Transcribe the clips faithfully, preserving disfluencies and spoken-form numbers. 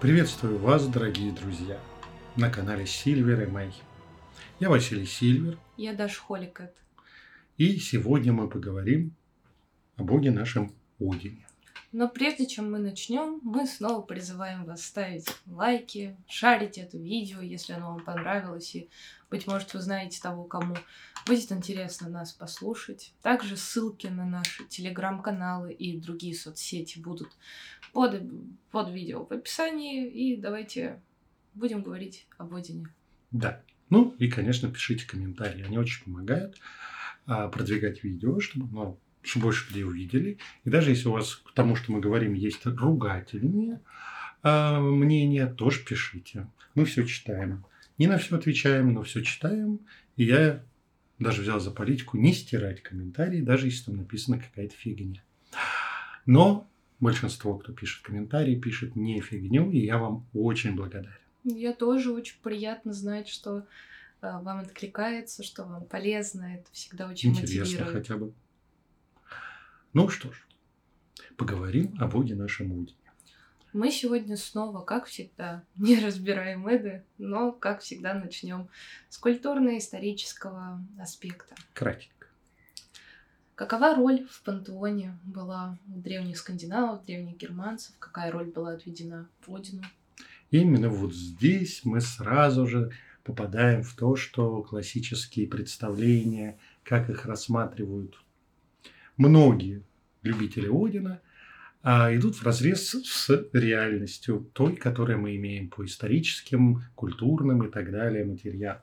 Приветствую вас, дорогие друзья, на канале Silver эм эй. Я Василий Сильвер. Я Даша Холикет. И сегодня мы поговорим о боге нашем Одине. Но прежде чем мы начнем, мы снова призываем вас ставить лайки, шарить это видео, если оно вам понравилось, и, быть может, вы знаете того, кому будет интересно нас послушать. Также ссылки на наши телеграм-каналы и другие соцсети будут под, под видео в описании, и давайте будем говорить об Одине. Да, ну и, конечно, пишите комментарии, они очень помогают а, продвигать видео, чтобы оно... чтобы больше людей увидели. И даже если у вас к тому, что мы говорим, есть ругательные э, мнения, тоже пишите. Мы все читаем. Не на все отвечаем, но все читаем. И я даже взял за политику не стирать комментарии, даже если там написана какая-то фигня. Но большинство, кто пишет комментарии, пишет не фигню, и я вам очень благодарен. Я тоже очень приятно знать, что э, вам откликается, что вам полезно. Это всегда очень Интересно мотивирует. хотя бы. Ну что ж, поговорим о боге нашем Одине. Мы сегодня снова, как всегда, не разбираем Эды, но, как всегда, начнем с культурно-исторического аспекта. Кратенько. Какова роль в пантеоне была у древних скандинавов, древних германцев? Какая роль была отведена Одину? Именно вот здесь мы сразу же попадаем в то, что классические представления, как их рассматривают многие любители Одина, а, идут вразрез с реальностью той, которую мы имеем по историческим, культурным и так далее материалам.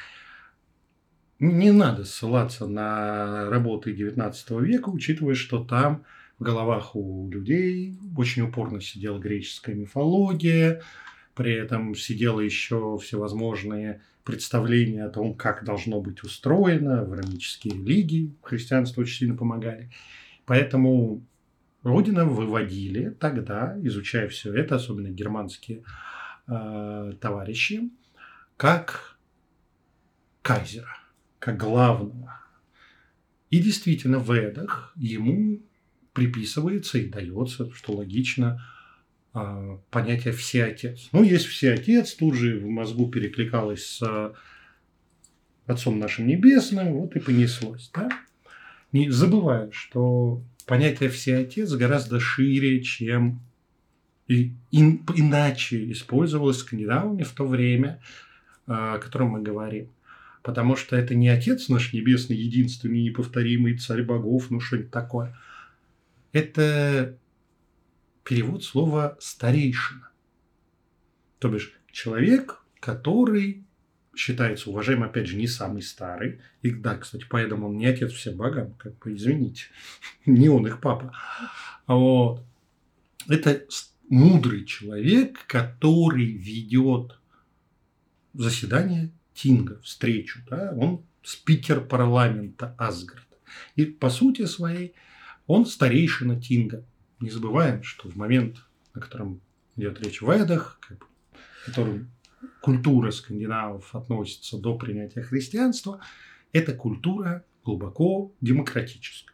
Не надо ссылаться на работы девятнадцатого века, учитывая, что там в головах у людей очень упорно сидела греческая мифология, при этом сидела еще всевозможные представления о том, как должно быть устроено, авраамические религии, христианство очень сильно помогали. Поэтому Одина выводили тогда, изучая все это, особенно германские э, товарищи, как кайзера, как главного. И действительно в Эдах ему приписывается и дается, что логично, понятие «всеотец». Ну, есть «всеотец», тут же в мозгу перекликалось с Отцом нашим Небесным, вот и понеслось. Да? Не забывая, что понятие «всеотец» гораздо шире, чем и, и, иначе использовалось скандинавами в то время, о котором мы говорим. Потому что это не Отец наш Небесный, единственный, неповторимый, царь богов, ну что-нибудь такое. Это перевод слова «старейшина». То бишь, человек, который считается уважаемым, опять же, не самый старый. И да, кстати, поэтому он не отец всем богам, как бы, извините. Не он их папа. Вот. Это мудрый человек, который ведет заседание Тинга, встречу. Да? Он спикер парламента Асгарда. И по сути своей он старейшина Тинга. Не забываем, что в момент, о котором идет речь в Эдах, к которому культура скандинавов относится до принятия христианства, это культура глубоко демократическая.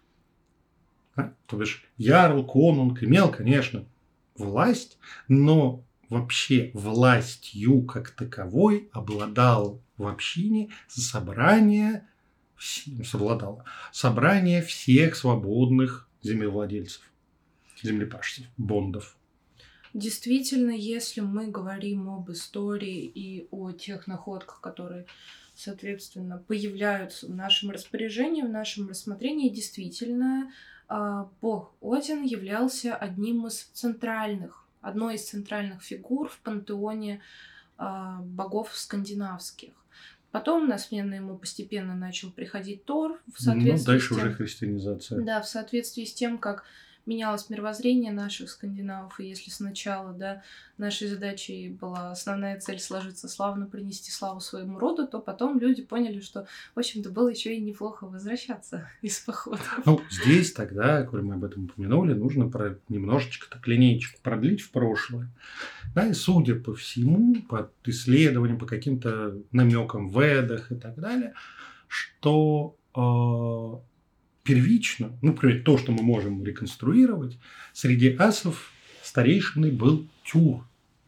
Да? То бишь ярл, конунг имел, конечно, власть, но вообще властью как таковой обладал в общине собрание, совладало, собрание всех свободных землевладельцев. Землепашцев, бондов. Действительно, если мы говорим об истории и о тех находках, которые, соответственно, появляются в нашем распоряжении, в нашем рассмотрении, действительно, бог Один являлся одним из центральных, одной из центральных фигур в пантеоне богов скандинавских. Потом на смену ему постепенно начал приходить Тор. В соответствии ну, дальше с тем, уже христианизация. Да, в соответствии с тем, как менялось мировоззрение наших скандинавов, и если сначала, да, нашей задачей была основная цель сложиться славно, принести славу своему роду, то потом люди поняли, что, в общем-то, было еще и неплохо возвращаться из похода. Ну, здесь тогда, коль мы об этом упомянули, нужно про... немножечко так линейку продлить в прошлое. Да, и судя по всему, по исследованиям, по каким-то намекам в Эдах и так далее, что э, первично, ну, например, то, что мы можем реконструировать, среди асов старейшиной был Тюр.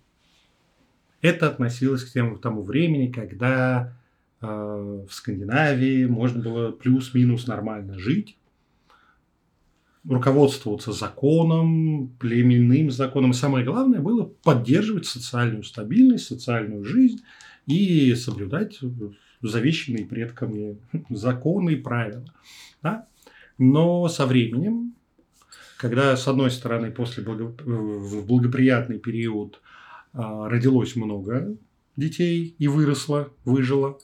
Это относилось к тем, к тому времени, когда э, в Скандинавии можно было плюс-минус нормально жить, руководствоваться законом, племенным законом. Самое главное было поддерживать социальную стабильность, социальную жизнь и соблюдать завещанные предками законы и правила. Да? Но со временем, когда, с одной стороны, после благо... в благоприятный период а, родилось много детей и выросло, выжило,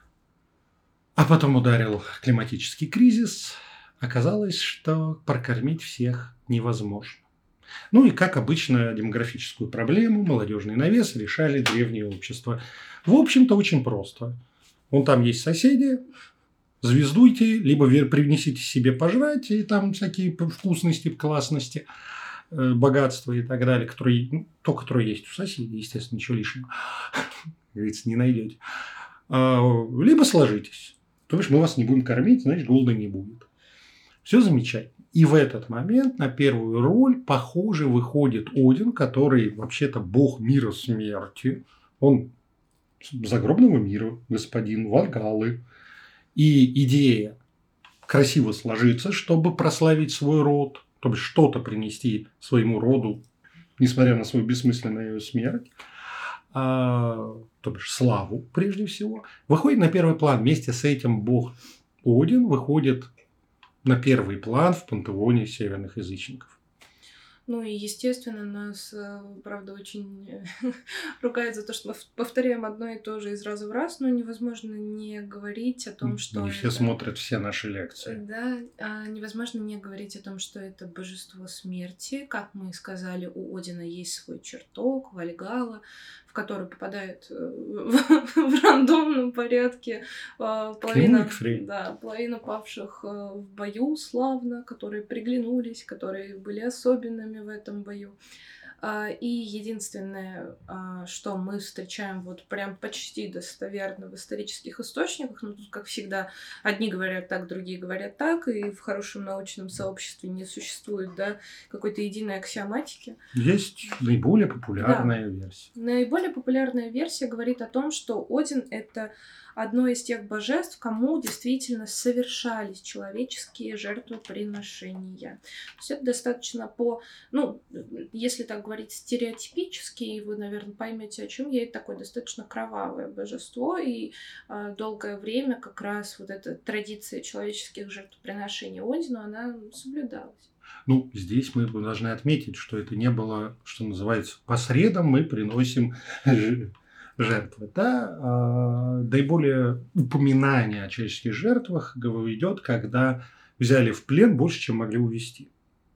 а потом ударил климатический кризис, оказалось, что прокормить всех невозможно. Ну и, как обычно, демографическую проблему, молодежный навес решали древние общества. В общем-то, очень просто. Вон там есть соседи, звездуйте, либо принесите себе пожрать, и там всякие вкусности, классности, богатства и так далее, которые, ну, то, которое есть у соседей, естественно, ничего лишнего, говорится, не найдете. Либо сложитесь. То есть мы вас не будем кормить, значит, голода не будет. Все замечательно. И в этот момент на первую роль, похоже, выходит Один, который вообще-то бог мира смерти. Он загробного мира, господин Вальгаллы. И идея красиво сложиться, чтобы прославить свой род, то есть что-то принести своему роду, несмотря на свою бессмысленную смерть, а, то бишь славу прежде всего, выходит на первый план. Вместе с этим бог Один выходит на первый план в пантеоне северных язычников. Ну и, естественно, нас, правда, очень ругают за то, что мы повторяем одно и то же из раза в раз, но невозможно не говорить о том, что... Не все это... смотрят все наши лекции. Да, а невозможно не говорить о том, что это божество смерти. Как мы сказали, у Одина есть свой чертог, Вальгалла, в который попадает в, в рандомном порядке половина, да, половина павших в бою славно, которые приглянулись, которые были особенными в этом бою. И единственное, что мы встречаем вот прям почти достоверно в исторических источниках, ну тут, как всегда, одни говорят так, другие говорят так, и в хорошем научном сообществе не существует, да, какой-то единой аксиоматики. Есть наиболее популярная да. версия. Наиболее популярная версия говорит о том, что Один — это одно из тех божеств, кому действительно совершались человеческие жертвоприношения. То есть это достаточно по... Ну, если так говорить стереотипически, и вы, наверное, поймете, о чем я, это такое достаточно кровавое божество, и э, долгое время как раз вот эта традиция человеческих жертвоприношений Одину, она соблюдалась. Ну, здесь мы должны отметить, что это не было, что называется, по средам мы приносим жертвы, да, да и более упоминание о человеческих жертвах идет, когда взяли в плен больше, чем могли увезти.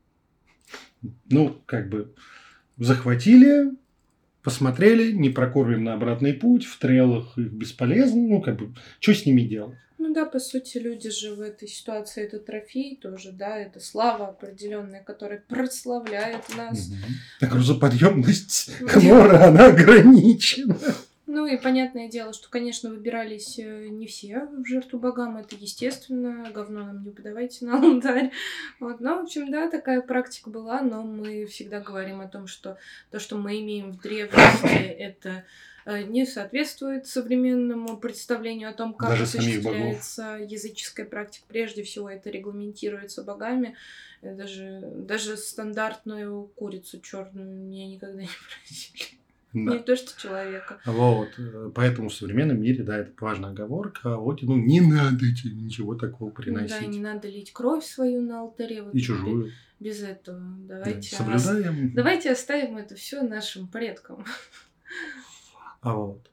Ну, как бы захватили, посмотрели, не прокормим на обратный путь, в трелах их бесполезно, ну, как бы, что с ними делать? Ну да, по сути, люди же в этой ситуации это трофей тоже, да, это слава определенная, которая прославляет нас. Угу. Грузоподъемность Хнора, она ограничена. Ну и понятное дело, что, конечно, выбирались не все в жертву богам, это естественно, говно нам не подавайте на алтарь. Вот. Но, в общем, да, такая практика была, но мы всегда говорим о том, что то, что мы имеем в древности, это не соответствует современному представлению о том, как Даже осуществляется языческая практика. Прежде всего, это регламентируется богами. Даже, даже стандартную курицу черную мне никогда не просили. Да. Не то, что человека. Вот. Поэтому в современном мире, да, это важная оговорка. Вот, ну, не надо ничего такого приносить. Да, не надо лить кровь свою на алтаре. Вот и чужую. Без этого. Давайте, да, соблюдаем. Ос... Давайте оставим это все нашим предкам. А вот.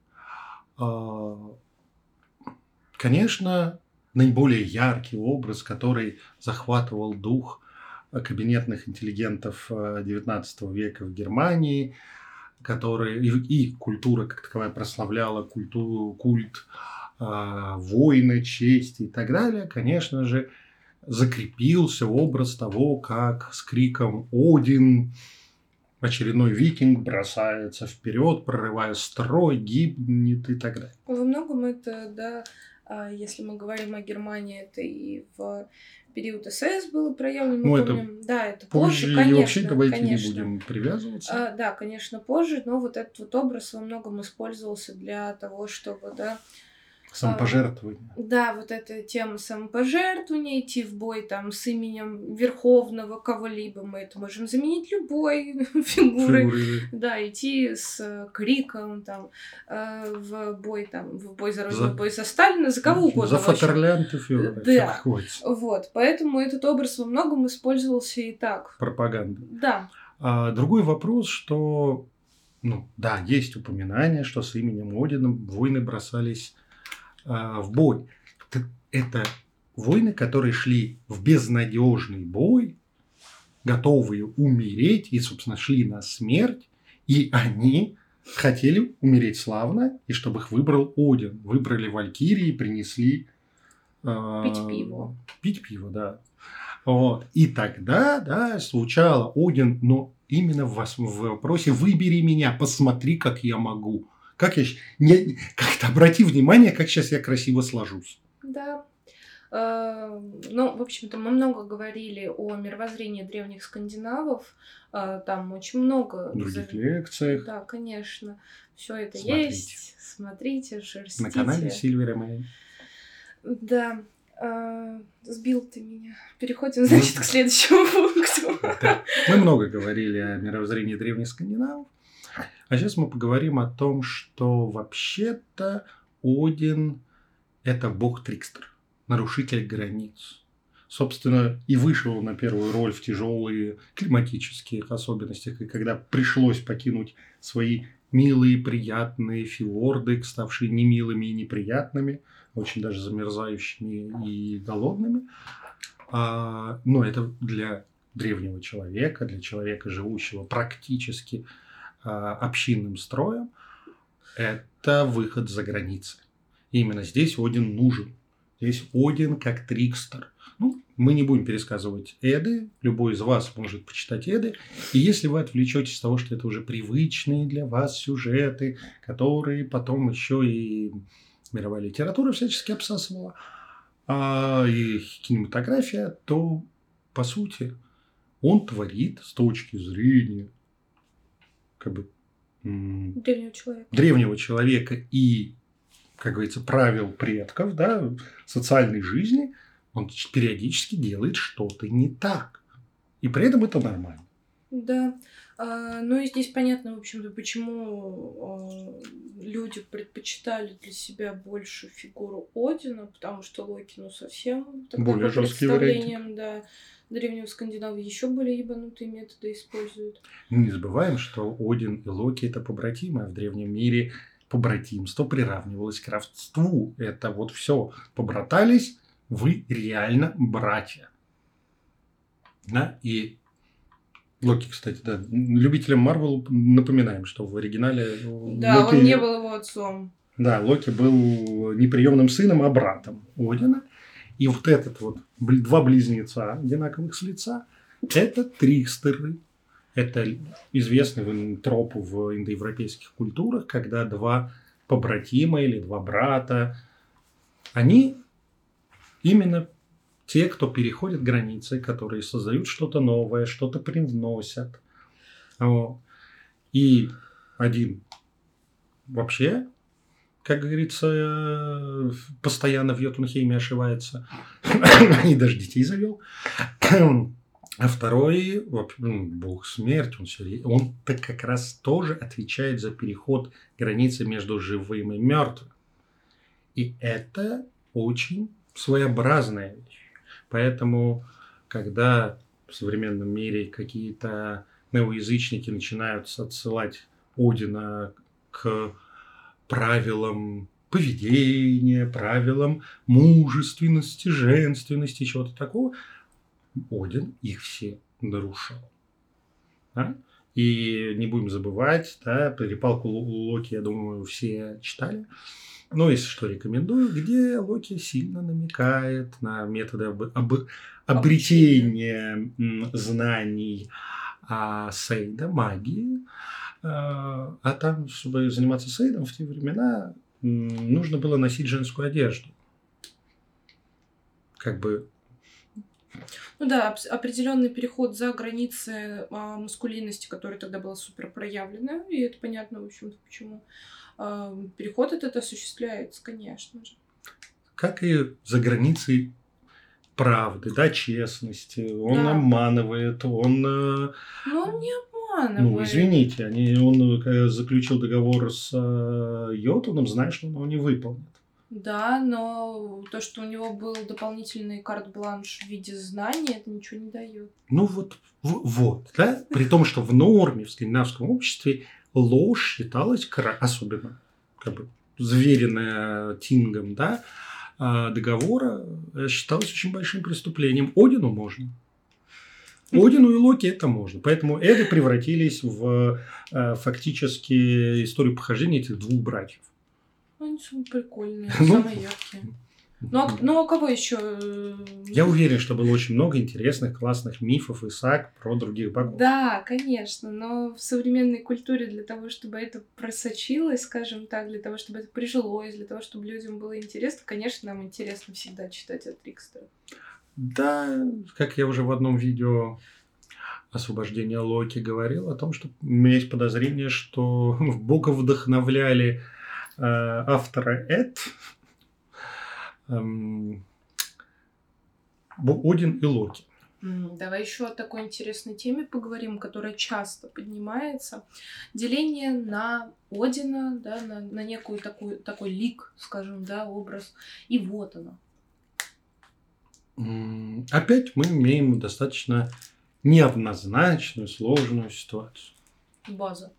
А... Конечно, наиболее яркий образ, который захватывал дух кабинетных интеллигентов девятнадцатого века в Германии, которые и, и культура как таковая прославляла культуру, культ э, воина, чести и так далее, конечно же, закрепился образ того, как с криком «Один!» очередной викинг бросается вперед, прорывая строй, гибнет и так далее. Во многом это, да, Если мы говорим о Германии, это и в период СС было проявлено. Ну, мы это помним, да, это позже, позже, и конечно, вообще давайте конечно. не будем привязываться. А, да, конечно, позже, но вот этот вот образ во многом использовался для того, чтобы, да, Самопожертвование. А, да, вот эта тема самопожертвования, идти в бой там с именем верховного кого-либо, мы это можем заменить любой фигурой. Фигуры. Да, идти с криком там э, в бой там, в бой за родину, За- в бой за Сталина, за кого угодно. За в общем. Фатерлянд и фюрера. Да. Всё как хочется. Вот, поэтому этот образ во многом использовался и так. Пропаганда. Да. А другой вопрос, что, ну, да, есть упоминание, что с именем Одина воины бросались а, в бой. Т- Это воины, которые шли в безнадежный бой, готовые умереть и, собственно, шли на смерть, и они хотели умереть славно, и чтобы их выбрал Один. Выбрали валькирии, принесли... а, Пить пиво. Пить пиво, да. Вот. И тогда, да, звучало Один, но именно в, вас, в вопросе «выбери меня, посмотри, как я могу». Как я... щ- Не, как-то обрати внимание, как сейчас я красиво сложусь. Да. Э, Ну, в общем-то, мы много говорили о мировоззрении древних скандинавов. Э, Там очень много... В других за- лекциях. Да, конечно. Все это Смотрите. есть. Смотрите, шерстите. На канале Silver эм эй. Да. Э, Сбил ты меня. Переходим, значит, к следующему пункту. Да. Мы много говорили о мировоззрении древних скандинавов. А сейчас мы поговорим о том, что вообще-то Один – это бог-трикстер, нарушитель границ. Собственно, и вышел на первую роль в тяжелые климатические особенностях, и когда пришлось покинуть свои милые, приятные фьорды, ставшие немилыми и неприятными, очень даже замерзающими и голодными. А, но это для древнего человека, для человека, живущего практически а, общинным строем, это выход за границы. И именно здесь Один нужен. Здесь Один как трикстер. Ну, мы не будем пересказывать Эды. Любой из вас может почитать Эды. И если вы отвлечетесь от того, что это уже привычные для вас сюжеты, которые потом еще и мировая литература всячески обсасывала, а и кинематография, то, по сути, он творит с точки зрения как бы, м, Древнего человека. древнего человека и, как говорится, правил предков, да, социальной жизни, он периодически делает что-то не так. И при этом это нормально. Да. А, Ну и здесь понятно, в общем-то, почему а, люди предпочитали для себя больше фигуру Одина, потому что Локи, ну, совсем такой Более по жесткий представлениям, да, древнего Скандинава еще более ебанутые методы используют. Не забываем, что Один и Локи – это побратимы, а в древнем мире побратимство приравнивалось к родству. Это вот все. Побратались, вы реально братья. Да? И Локи, кстати, да. Любителям Марвел напоминаем, что в оригинале Да, Локи... он не был его отцом. Да, Локи был не приемным сыном, а братом Одина. И вот этот вот бл- два близнеца одинаковых с лица – это трикстеры. Это известный троп в индоевропейских культурах, когда два побратима или два брата, они именно те, кто переходит границы, которые создают что-то новое, что-то привносят. Вот. И один вообще, как говорится, постоянно в Йотунхейме ошивается. И даже детей завел. А второй, ну, бог смерть, он, он так как раз тоже отвечает за переход границы между живым и мертвым. И это очень своеобразная вещь. Поэтому, когда в современном мире какие-то неоязычники начинают отсылать Одина к правилам поведения, правилам мужественности, женственности, чего-то такого, Один их все нарушал. Да? И не будем забывать, да, перепалку Локи, я думаю, все читали. Но если что, рекомендую, где Локи сильно намекает на методы об, об, обретения знаний о Сейда, магии. А, а там, чтобы заниматься Сейдом в те времена, нужно было носить женскую одежду. как бы... Ну да, определенный переход за границы а, маскулинности, которая тогда была супер проявлена, и это понятно, в общем-то, почему. А, переход этот осуществляется, конечно же. Как и за границей правды, да, честности. Он Да. обманывает, он... Но он не обманывает. Ну, извините, они, он когда заключил договор с э, Йотуном, знаешь, что он его не выполнит. Да, но то, что у него был дополнительный карт-бланш в виде знаний, это ничего не дает. Ну вот, в, вот, да, при том, что в норме, в скандинавском обществе ложь считалась, кра- особенно, как бы, заверенная Тингом, да, а договора считалось очень большим преступлением. Одину можно. Одину и Локи это можно. Поэтому Эды превратились в э, фактически историю похождения этих двух братьев. Они самые прикольные, самые яркие. Ну а, ну, а кого еще? Я уверен, что было очень много интересных, классных мифов и саг про других богов. Да, конечно, но в современной культуре для того, чтобы это просочилось, скажем так, для того, чтобы это прижилось, для того, чтобы людям было интересно, конечно, нам интересно всегда читать о Трикстерах. Да, как я уже в одном видео «Освобождение Локи» говорил о том, что у меня есть подозрение, что бога вдохновляли э, автора Эд, эм, Один и Локи. Давай еще о такой интересной теме поговорим, которая часто поднимается. Деление на Одина, да, на, на некую такую, такой лик, скажем, да, образ. И вот оно. Опять мы имеем достаточно неоднозначную, сложную ситуацию. База.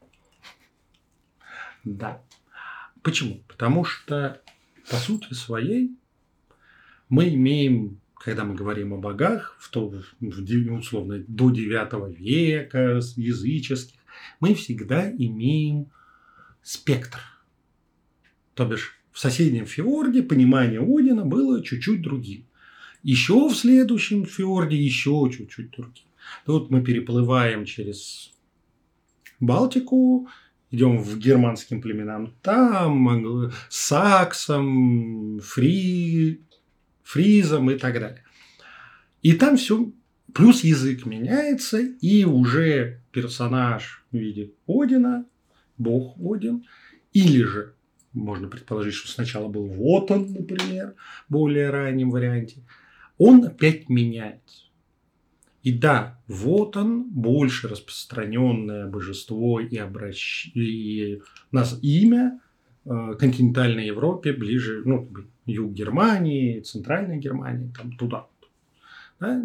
Да. Почему? Потому что, по сути своей, мы имеем, когда мы говорим о богах, в то, в, условно, до девятого века, языческих, мы всегда имеем спектр. То бишь, в соседнем фьорде понимание Одина было чуть-чуть другим. Еще в следующем фьорде еще чуть-чуть другим. Тут мы переплываем через Балтику, идем в германским племенам, там саксам, фри, фризам и так далее. И там все, плюс язык меняется, и уже персонаж в виде Одина, бог Один, или же можно предположить, что сначала был Вотан, например, в более раннем варианте, он опять меняется. И да, Вотан больше распространенное божество и, обращ... и нас имя э, континентальной Европе, ближе, ну, юг Германии, центральной Германии, там туда. Да?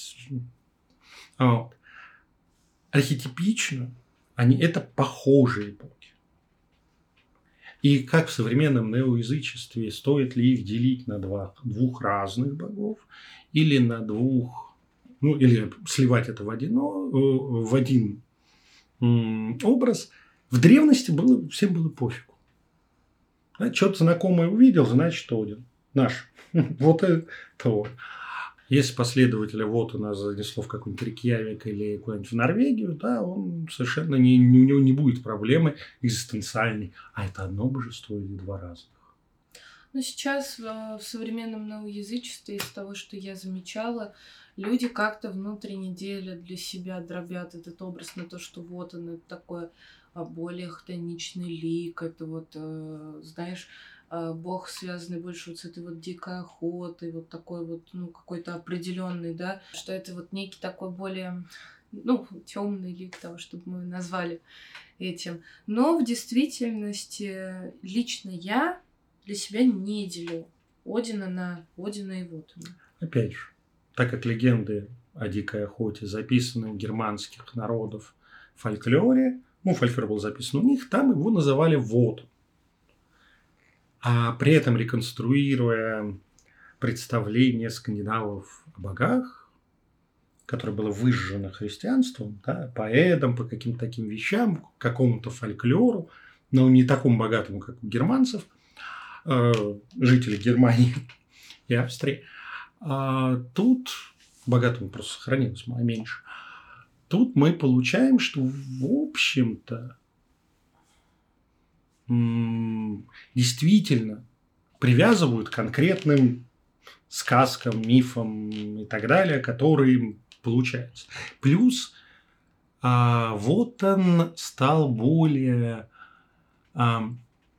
Вот. Архетипично они это похожие боги. И как в современном неоязычестве, стоит ли их делить на два, двух разных богов или на двух, ну или сливать это в один, в один образ, в древности было, всем было пофигу. Да, что-то знакомое увидел, значит, Один. Наш. Вот это вот. Если последователя Вотана занесло в какой-нибудь Рейкьявик или куда-нибудь в Норвегию, да, он совершенно не, у него не будет проблемы экзистенциальной. А это одно божество или два разных? Ну, сейчас в, в современном неоязычестве, из того, что я замечала, люди как-то внутренне делят для себя, дробят этот образ на то, что вот он, это такое более хтоничный лик, это вот, э, знаешь, бог, связанный больше вот с этой вот дикой охотой, вот такой вот, ну, какой-то определенный, да, что это вот некий такой более, ну, темный лик того, чтобы мы назвали этим. Но в действительности лично я для себя не делю Одина на Одина и Вотана. Опять же, так как легенды о дикой охоте записаны у германских народов в фольклоре, ну, фольклор был записан у них, там его называли Вотан. А при этом реконструируя представление скандинавов о богах, которое было выжжено христианством, да, по эдам, по каким-то таким вещам, к какому-то фольклору, но не такому богатому, как у германцев, э, жителей Германии и Австрии. А тут богатому просто сохранилось меньше. Тут мы получаем, что в общем-то действительно привязывают к конкретным сказкам, мифам и так далее, которые получаются. Плюс а, вот он стал более... А,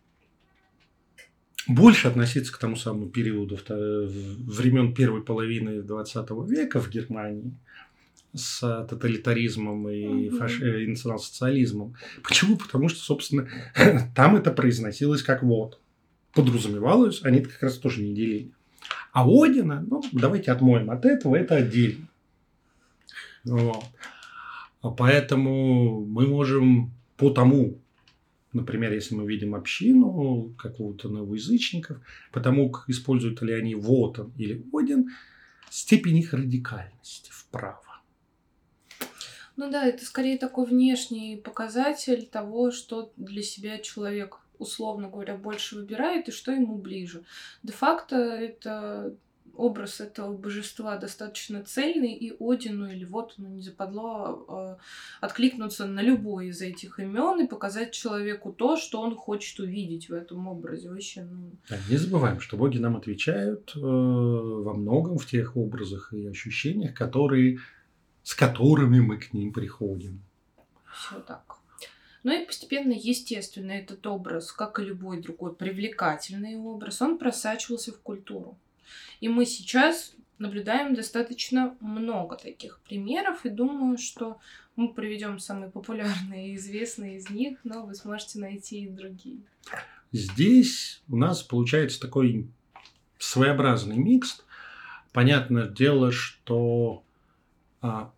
больше относиться к тому самому периоду времен первой половины двадцатого века в Германии с тоталитаризмом и, Мгм. фаш... и национал-социализмом. Почему? Потому что, собственно, там это произносилось как вот. Подразумевалось, они как раз тоже не делили. А Одина, ну, давайте отмоем от этого, это отдельно. Вот. Поэтому мы можем по тому, например, если мы видим общину какого-то новоязычников, потому как используют ли они Вотан или Один, степень их радикальности вправо. Ну да, это скорее такой внешний показатель того, что для себя человек, условно говоря, больше выбирает и что ему ближе. Де-факто это образ этого божества достаточно цельный, и Одину или Вотану не западло э, откликнуться на любой из этих имен и показать человеку то, что он хочет увидеть в этом образе. Вообще, ну... Да, не забываем, что боги нам отвечают э, во многом в тех образах и ощущениях, которые, с которыми мы к ним приходим. Все так. Ну и постепенно, естественно, этот образ, как и любой другой привлекательный образ, он просачивался в культуру. И мы сейчас наблюдаем достаточно много таких примеров, и думаю, что мы приведем самые популярные и известные из них, но вы сможете найти и другие. Здесь у нас получается такой своеобразный микс. Понятное дело, что а,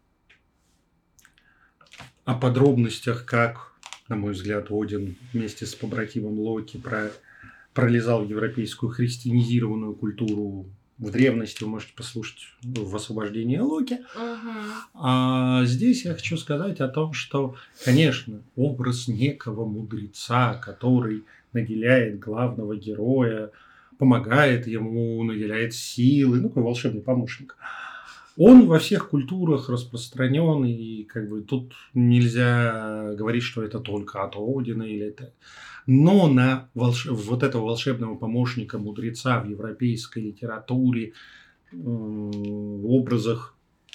о подробностях, как, на мой взгляд, Один вместе с побратимом Локи про, пролезал в европейскую христианизированную культуру в древности, вы можете послушать в «Освобождении Локи». Угу. А здесь я хочу сказать о том, что, конечно, образ некого мудреца, который наделяет главного героя, помогает ему, наделяет силой, ну, такой волшебный помощник. Он во всех культурах распространен, и как бы тут нельзя говорить, что это только от Одина или это... Но на волш... вот этого волшебного помощника, мудреца в европейской литературе, в образах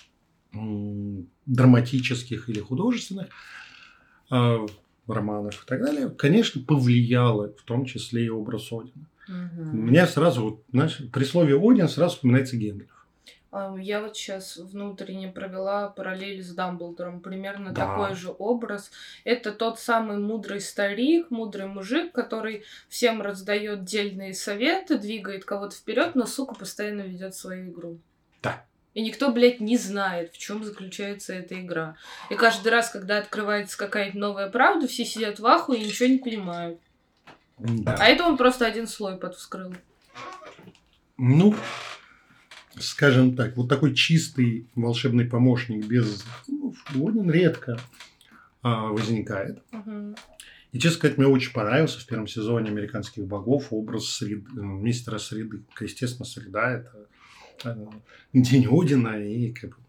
драматических или художественных, романов и так далее, конечно, повлияло в том числе и образ Одина. Угу. У меня сразу, знаешь, при слове Один сразу вспоминается Гендальф. Я вот сейчас внутренне провела параллель с Дамблдором. Примерно Да. такой же образ. Это тот самый мудрый старик, мудрый мужик, который всем раздает дельные советы, двигает кого-то вперед, но, сука, постоянно ведет свою игру. Да. И никто, блядь, не знает, в чем заключается эта игра. И каждый раз, когда открывается какая-то новая правда, все сидят в ахуе и ничего не понимают. Да. А это он просто один слой подвскрыл. Ну, скажем так, вот такой чистый волшебный помощник без... Ну, Один редко а, возникает. Угу. И, честно сказать, мне очень понравился в первом сезоне «Американских богов» образ среды, мистера Среды. Естественно, Среда – это э, день Одина, и как бы,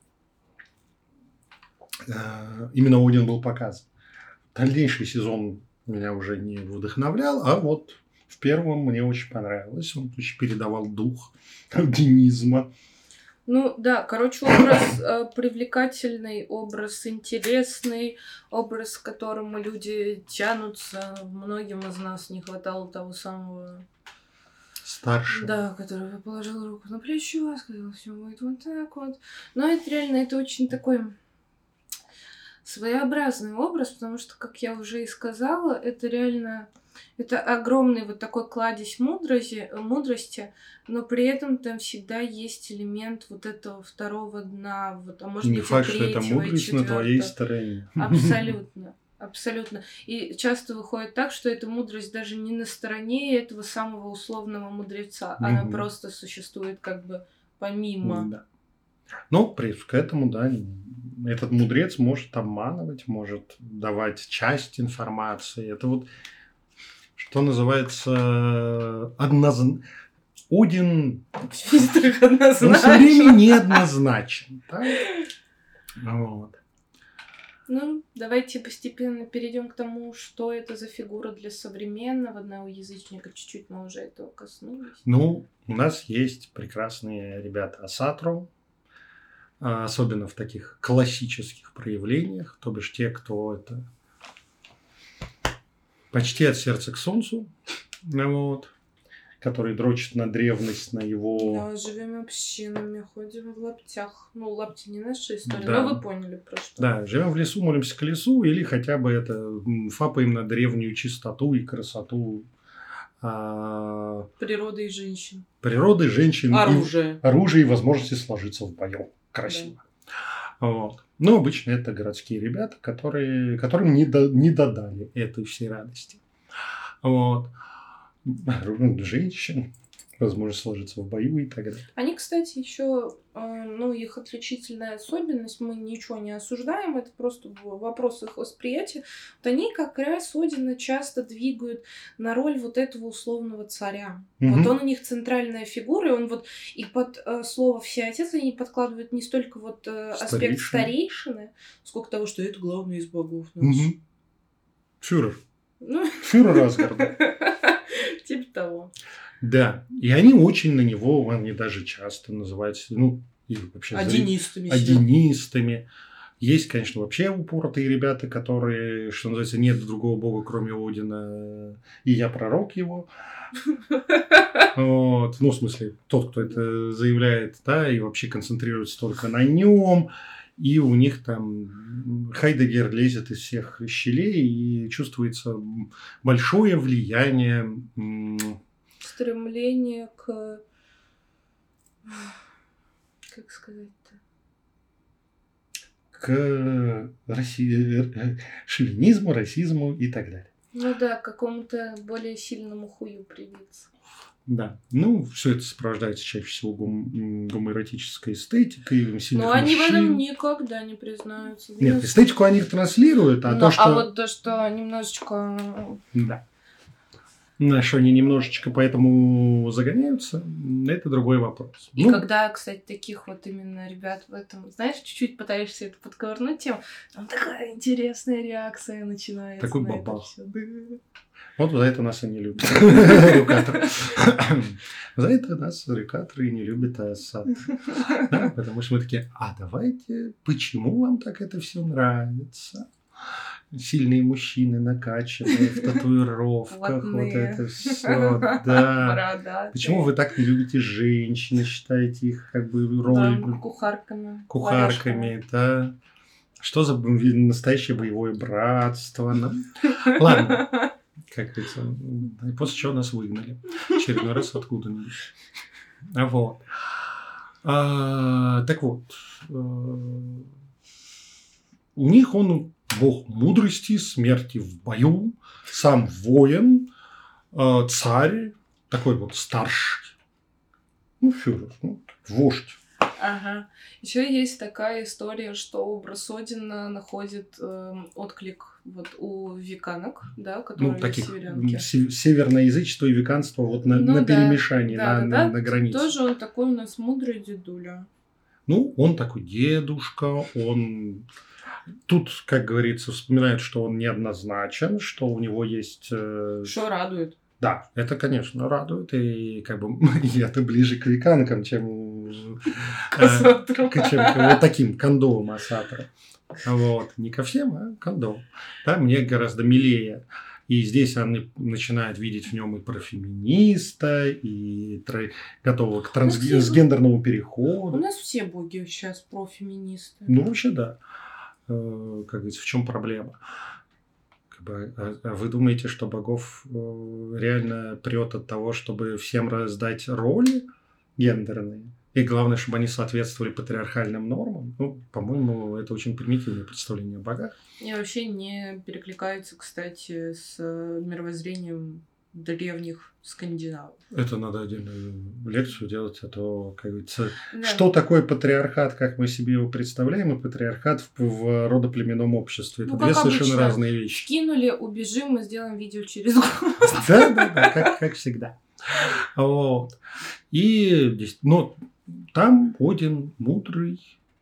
э, именно Один был показан. Дальнейший сезон меня уже не вдохновлял, а вот в первом мне очень понравилось. Он очень передавал дух одинизма. Ну да, короче, образ э, привлекательный, образ интересный, образ, к которому люди тянутся. Многим из нас не хватало того самого... Старшего. Да, который положил руку на плечо, сказал, все будет вот так вот. Но это реально, это очень такой своеобразный образ, потому что, как я уже и сказала, это реально... Это огромный вот такой кладезь мудрости, мудрости, но при этом там всегда есть элемент вот этого второго дна, вот, а может Не быть, факт, и что это третьего, и мудрость на твоей четвёртого. стороне. Абсолютно. Абсолютно. И часто выходит так, что эта мудрость даже не на стороне этого самого условного мудреца. Она Мгм. просто существует как бы помимо. Да. Но при, к этому, да, этот мудрец может обманывать, может давать часть информации. Это вот, что называется, однозначно. Один Список он все однозначно. время неоднозначен. Да? Вот. Ну, давайте постепенно перейдем к тому, что это за фигура для современного неоязычника. Чуть-чуть мы уже этого коснулись. Ну, у нас есть прекрасные ребята Асатру, особенно в таких классических проявлениях, то бишь те, кто это почти от сердца к солнцу, вот, который дрочит на древность, на его... Да, живем общинами, ходим в лаптях. Ну, лапти не наша история, Да. но вы поняли про что. Да, живем в лесу, молимся к лесу, или хотя бы это м, фапаем на древнюю чистоту и красоту а, Природа и женщин. природы, женщин, Оружие. и, оружия и возможности сложиться в бою. Красиво. Вот. Но обычно это городские ребята, которые, которым не, до, не додали этой всей радости. Вот. Женщин, возможность сложиться в бою и так далее. Они, кстати, еще, ну, их отличительная особенность, мы ничего не осуждаем, это просто вопрос их восприятия. Вот они как раз Одина часто двигают на роль вот этого условного царя. Угу. Вот он у них центральная фигура, и он вот и под э, слово «всеотец» они подкладывают не столько вот э, аспект старейшины, сколько того, что это главный из богов наш. Угу. Фюрер. Ну... Фюрер Асгарда. Типа того. Да, и они очень на него, они даже часто называются, ну, и вообще... Одинистами. Одинистами. Есть, конечно, вообще упоротые ребята, которые, что называется, нет другого бога, кроме Одина, и я пророк его. Вот. Ну, в смысле, тот, кто это заявляет, да, и вообще концентрируется только на нем. И у них там Хайдеггер лезет из всех щелей, и чувствуется большое влияние... Стремление к... Как сказать-то? К раси... шовинизму, расизму и так далее. Ну да, к какому-то более сильному хую привиться. Да. Ну, все это сопровождается чаще всего гум... гомоэротической эстетикой. Но они в этом никогда не признаются. Нет, эстетику они транслируют, а Но, то, что... А вот то, что немножечко... Да. На что они немножечко поэтому загоняются, это другой вопрос. И ну, когда, кстати, таких вот именно ребят в этом, знаешь, чуть-чуть пытаешься это подковырнуть тем, там такая интересная реакция начинается. Такой на бабах. это всё. Вот за это нас и не любят. Рюкаторы. За это нас рюкаторы не любят Асад. Потому что мы такие, а давайте, почему вам так это все нравится? Сильные мужчины накачанные в татуировках, вот это все, да. Почему вы так не любите женщин, считаете их как бы роль кухарками, кухарками, да? Что за настоящее боевое братство? Ну, ладно, как говорится, и после чего нас выгнали очередной раз откуда-нибудь. Вот. А, так вот, у них он бог мудрости, смерти в бою, сам воин, э, царь, такой вот старший, ну, фюрер, ну, вождь. Ага. Еще есть такая история, что образ Одина находит э, отклик вот у веканок, да, которые ну, таких северянки. Северное язычество и веканство вот на, ну, на да, перемешании, да, на, да, на, да. на границе. Тоже он такой у нас мудрый дедуля. Ну, он такой дедушка, он... Тут, как говорится, вспоминают, что он неоднозначен, что у него есть... Э... Что радует. Да, это, конечно, радует. И как бы я-то ближе к веканкам, чем к вот таким кондовым Асаторам. Вот. Не ко всем, а кондовым. Да, мне гораздо милее. И здесь они начинают видеть в нем и профеминиста, и тр... готового к трансгендерному переходу. У нас все боги сейчас профеминисты. Ну, вообще, да. Как говорится, в чем проблема? Как бы, а вы думаете, что богов реально прет от того, чтобы всем раздать роли гендерные? И главное, чтобы они соответствовали патриархальным нормам? Ну, по-моему, это очень примитивное представление о богах. И вообще не перекликается, кстати, с мировоззрением древних скандинавов. Это надо отдельную лекцию делать, а то, как говорится, да. Что такое патриархат, как мы себе его представляем, и патриархат в, в родоплеменном обществе. Это ну, две совершенно обычно. Разные вещи. Скинули, убежим, мы сделаем видео через год. Да, да, да, как, как всегда. Вот. И ну, там Один мудрый,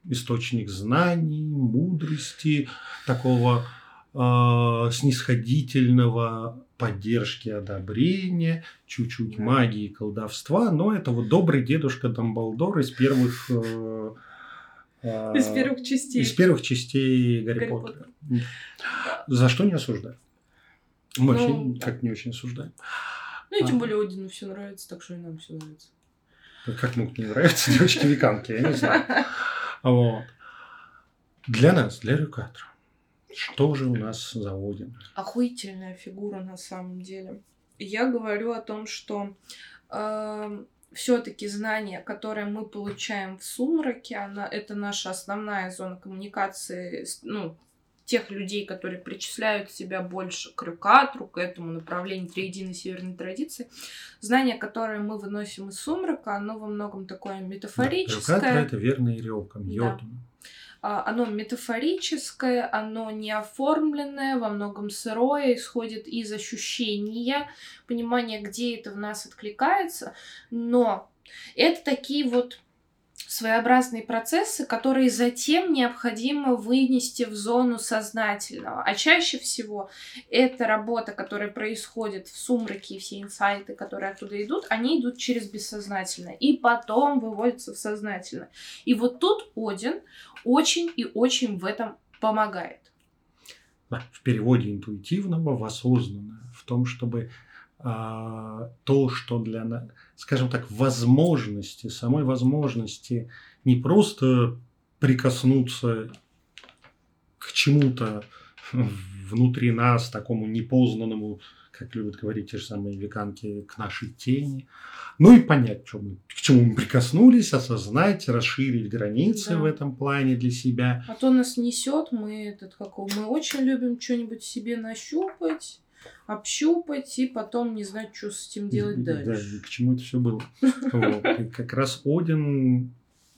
источник знаний, мудрости, такого э, снисходительного поддержки, одобрения, чуть-чуть Да. магии, колдовства, но это вот добрый дедушка Дамблдор из первых э, э, Из первых частей. из первых частей Гарри, Гарри Поттера. Поттера. За что не осуждаю. Мы Ну, вообще да. как не очень осуждаем. Ну и тем А. более Одину все нравится, так что и нам все нравится. Как могут не нравиться девочки-веканки, я не знаю. Вот. Для нас, для Рюкатра, что же у нас за Один? Охуительная фигура на самом деле. Я говорю о том, что э, все-таки знания, которые мы получаем в сумраке, она, это наша основная зона коммуникации, с- ну, тех людей, которые причисляют себя больше к Рюкатру, к этому направлению триединой северной традиции. Знание, которое мы выносим из сумрака, оно во многом такое метафорическое. Рюкатра – это верный Рёком, Да. Йотун. А, Оно метафорическое, оно не оформленное, во многом сырое, исходит из ощущения, понимания, где это в нас откликается. Но это такие вот своеобразные процессы, которые затем необходимо вынести в зону сознательного. А чаще всего эта работа, которая происходит в сумраке, и все инсайты, которые оттуда идут, они идут через бессознательное и потом выводятся в сознательное. И вот тут Один очень и очень в этом помогает. Да, в переводе интуитивного в осознанное, в том, чтобы а, то, что для нас, скажем так, возможности, самой возможности не просто прикоснуться к чему-то внутри нас, такому непознанному, как любят говорить те же самые веканки, к нашей тени, ну и понять, что мы, к чему мы прикоснулись, осознать, расширить границы Да. в этом плане для себя. А то нас несет, мы этот какого, мы очень любим что-нибудь себе нащупать, общупать и потом не знать, что с этим делать Да, дальше. и к чему это все было. Вот. И как раз Один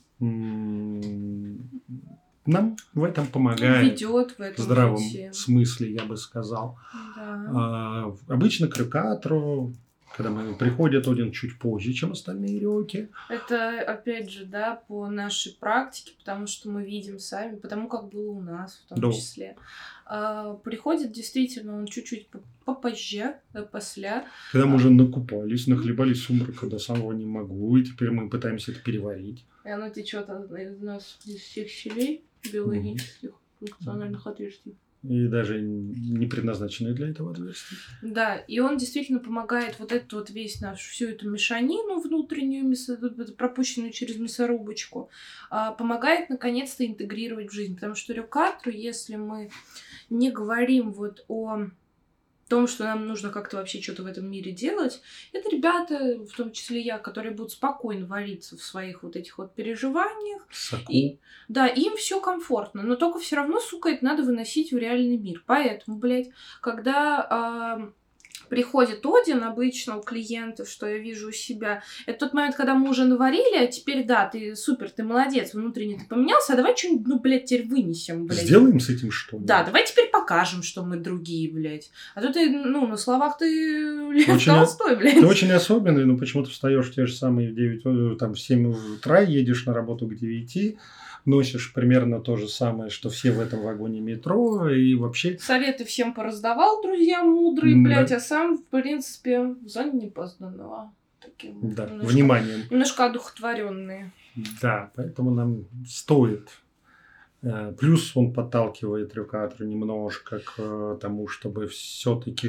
м, нам в этом помогает. Ведет в В этом здравом пути. смысле, я бы сказал. Да. А, обычно к Рюкатру, когда мы приходят Один чуть позже, чем остальные рёки. Это, опять же, да, по нашей практике, потому что мы видим сами, потому как было у нас в том Да. числе. А, приходит действительно он чуть-чуть по- попозже, э, после. Когда мы уже накупались, нахлебались сумрака до самого не могу, и теперь мы пытаемся это переварить. И оно течет из нас из всех щелей биологических, функциональных отверстий. И даже не предназначенные для этого отверстия. Да, и он действительно помогает вот эту вот весь наш, всю эту мешанину внутреннюю, мясо- пропущенную через мясорубочку, а, помогает наконец-то интегрировать в жизнь. Потому что Рюкатру, если мы не говорим вот о том, что нам нужно как-то вообще что-то в этом мире делать, это ребята, в том числе я, которые будут спокойно вариться в своих вот этих вот переживаниях. Соку. И, да, им все комфортно, но только все равно, сука, это надо выносить в реальный мир. Поэтому, блядь, когда а, приходит Один обычно у клиентов, что я вижу у себя, это тот момент, когда мы уже наварили, а теперь, да, ты супер, ты молодец, внутренне ты поменялся, а давай что-нибудь, ну, блядь, теперь вынесем, блядь. Сделаем с этим что-нибудь. Да, давай теперь покажем, что мы другие, блядь. А то ты, ну, на словах ты Лев Очень- Толстой, блядь. Ты очень особенный, но почему-то встаешь в те же самые в девять, э, там, в семь утра, едешь на работу к девяти, носишь примерно то же самое, что все в этом вагоне метро, и вообще... Советы всем пораздавал, друзья мудрые, Да. блядь, а сам, в принципе, в зоне непознанного. Таким Да, немножко, вниманием. немножко одухотворенные. Да, поэтому нам стоит. Э, Плюс он подталкивает Рюкатру немножко к э, тому, чтобы все-таки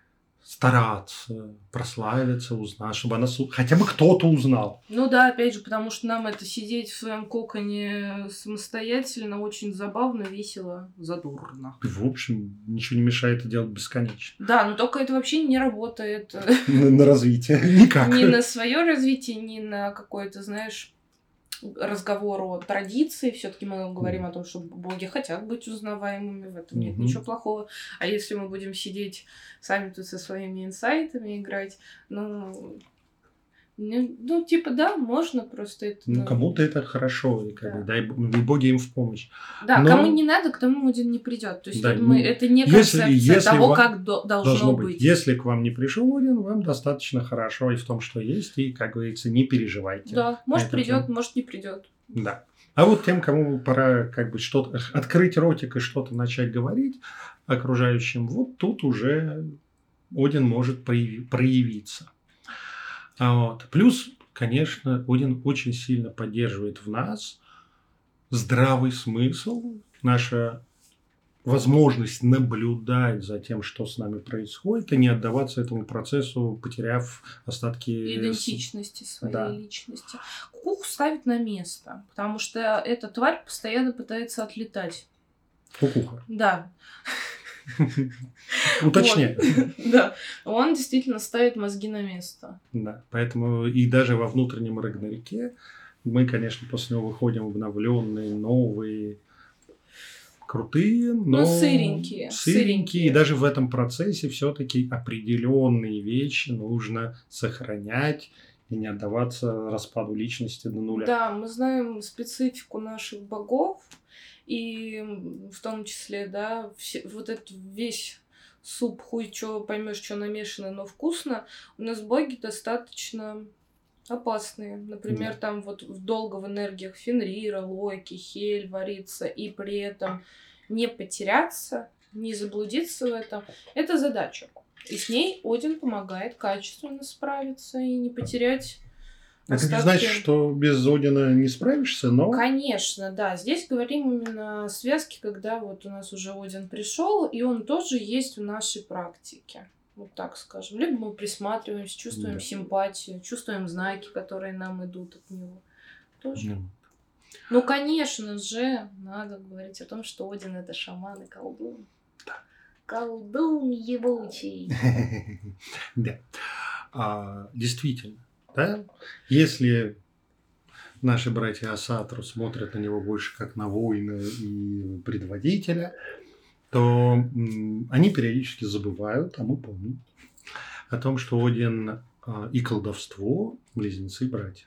стараться, прославиться, узнать, чтобы она су- хотя бы кто-то узнал. Ну да, опять же, потому что нам это сидеть в своем коконе самостоятельно очень забавно, весело, задурно. И, в общем, ничего не мешает это делать бесконечно. Да, но только это вообще не работает На, на развитие. Никак. ни на свое развитие, ни на какое-то, знаешь, разговор о традиции. Все-таки мы говорим о том, что боги хотят быть узнаваемыми, в этом нет Мгм. ничего плохого. А если мы будем сидеть сами тут со своими инсайтами играть, ну, ну, ну, типа, да, можно просто это... Ну, кому-то это хорошо, и как Да. бы дай б- и боги им в помощь. Да, Но- кому не надо, к тому Один не придет. То есть Да, мы, ну, это не если- концепция если того, вам как до- должно, Должно быть. быть. Если к вам не пришел Один, вам достаточно хорошо и в том, что есть, и, как говорится, не переживайте. Да, может Это придет, прям- может не придет. Да. А вот тем, кому пора как бы что-то открыть ротик и что-то начать говорить окружающим, вот тут уже Один может проявиться. Вот. Плюс, конечно, Один очень сильно поддерживает в нас здравый смысл, наша возможность наблюдать за тем, что с нами происходит, и не отдаваться этому процессу, потеряв остатки идентичности своей да. личности. Кукуху ставить на место, потому что эта тварь постоянно пытается отлетать. Кукуха. Да. Уточняю. Да, он действительно ставит мозги на место. Да, поэтому и даже во внутреннем Рагнарике мы, конечно, после него выходим обновленные, новые, крутые, но ну, сыренькие, сыренькие. сыренькие. И даже в этом процессе все-таки определенные вещи нужно сохранять и не отдаваться распаду личности до нуля. Да, мы знаем специфику наших богов, и в том числе, да, все, вот этот весь суп, хуй, чё поймешь, что намешано, но вкусно, у нас боги достаточно опасные. Например, да. там вот долго в энергиях Фенрира, Локи, Хель варится, и при этом не потеряться, не заблудиться в этом. Это задача. И с ней Один помогает качественно справиться и не потерять остатки. Это не значит, что без Одина не справишься, но... Конечно, да. Здесь говорим именно о связке, когда вот у нас уже Один пришел, и он тоже есть в нашей практике. Вот так скажем. Либо мы присматриваемся, чувствуем да. симпатию, чувствуем знаки, которые нам идут от него. Тоже. Mm. Ну, конечно же, надо говорить о том, что Один — это шаман и колдун. Да. Колдун ебучий. Да. Действительно, да? Если наши братья Асатру смотрят на него больше как на воина и предводителя, то м, они периодически забывают, а мы помним, о том, что Один а, и колдовство – близнецы-братья.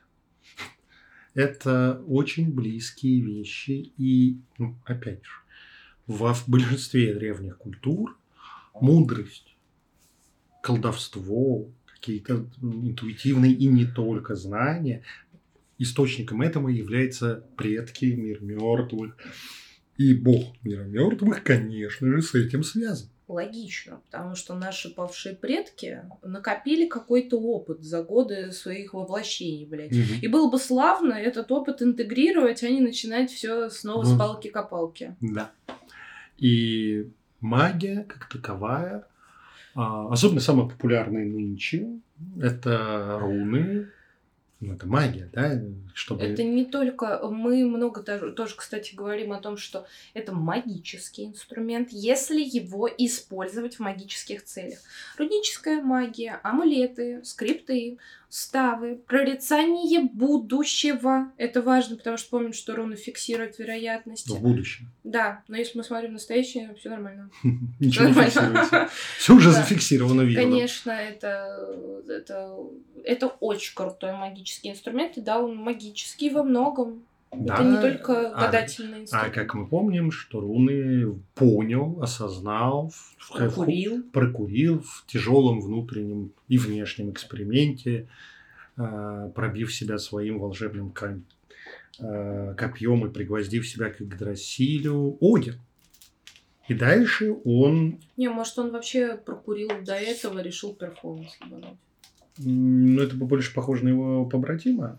Это очень близкие вещи. И, ну, опять же, во, в большинстве древних культур мудрость, колдовство, какие-то интуитивные и не только знания, источником этому являются предки, мир мертвых. И бог мира мертвых, конечно же, с этим связан. Логично, потому что наши павшие предки накопили какой-то опыт за годы своих воплощений, блядь. Угу. И было бы славно этот опыт интегрировать, а не начинать все снова ну, с палки-копалки. Да. И магия, как таковая, особенно самая популярная нынче, это руны. Ну, это магия, да? Чтобы... Это не только... Мы много тоже, тоже, кстати, говорим о том, что это магический инструмент, если его использовать в магических целях. Руническая магия, амулеты, скрипты, ставы, прорицание будущего. Это важно, потому что помним, что руны фиксируют вероятности. В будущем. Да, но если мы смотрим настоящее, все нормально. Ничего не фиксируется. Все уже зафиксировано видно. Конечно, это это очень крутой магический инструмент, и да, он магический во многом. Да, это не только гадательный а, инструмент. А как мы помним, что руны понял, осознал, прокурил. В, прокурил в тяжелом внутреннем и внешнем эксперименте, пробив себя своим волшебным копьем и пригвоздив себя к Игдрасилю, Один. И дальше он... Не, может, он вообще прокурил до этого, решил перформанс ебануть. Ну, это больше похоже на его побратима.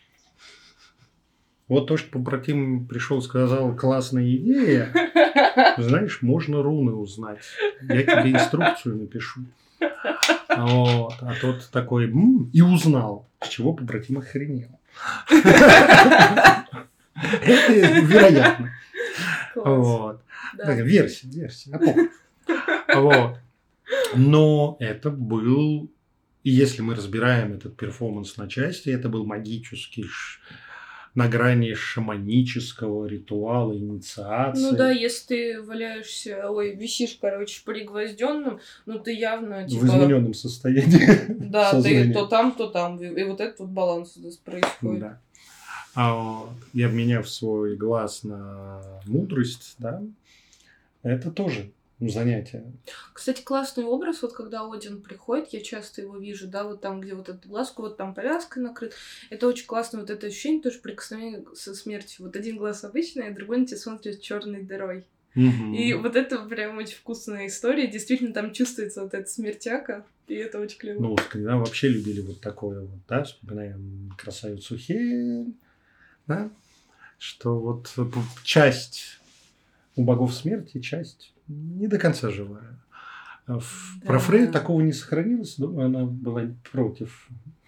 Вот то, что побратим пришел, сказал, классная идея. Знаешь, можно руны узнать. Я тебе инструкцию напишу. Вот. А тот такой, м-м", и узнал, с чего побратим охренел. Это вероятно. Вот. Версия, версия. Вот. Но это был... И если мы разбираем этот перформанс на части, это был магический, на грани шаманического ритуала, инициации. Ну да, если ты валяешься, ой, висишь, короче, пригвозденным, ну ты явно типа... В измененном состоянии. Да, ты то там, то там. И вот этот вот баланс здесь происходит. Да. А вот, и обменяв свой глаз на мудрость, да, это тоже занятие. Кстати, классный образ, вот когда Один приходит, я часто его вижу, да, вот там, где вот эту глазку, вот там повязкой накрыт. Это очень классно, вот это ощущение тоже прикосновение со смертью. Вот один глаз обычный, а другой на тебя смотрит черной дырой. Угу. И вот это прям очень вкусная история. Действительно, там чувствуется вот эта смертяка, и это очень клево. Ну, скандинавы вообще любили вот такое вот, да, вспоминаем красавицу Хель, да, что вот часть у богов смерти, часть не до конца живая. А в- Да. Про Фрей такого не сохранилось, думаю, она была против.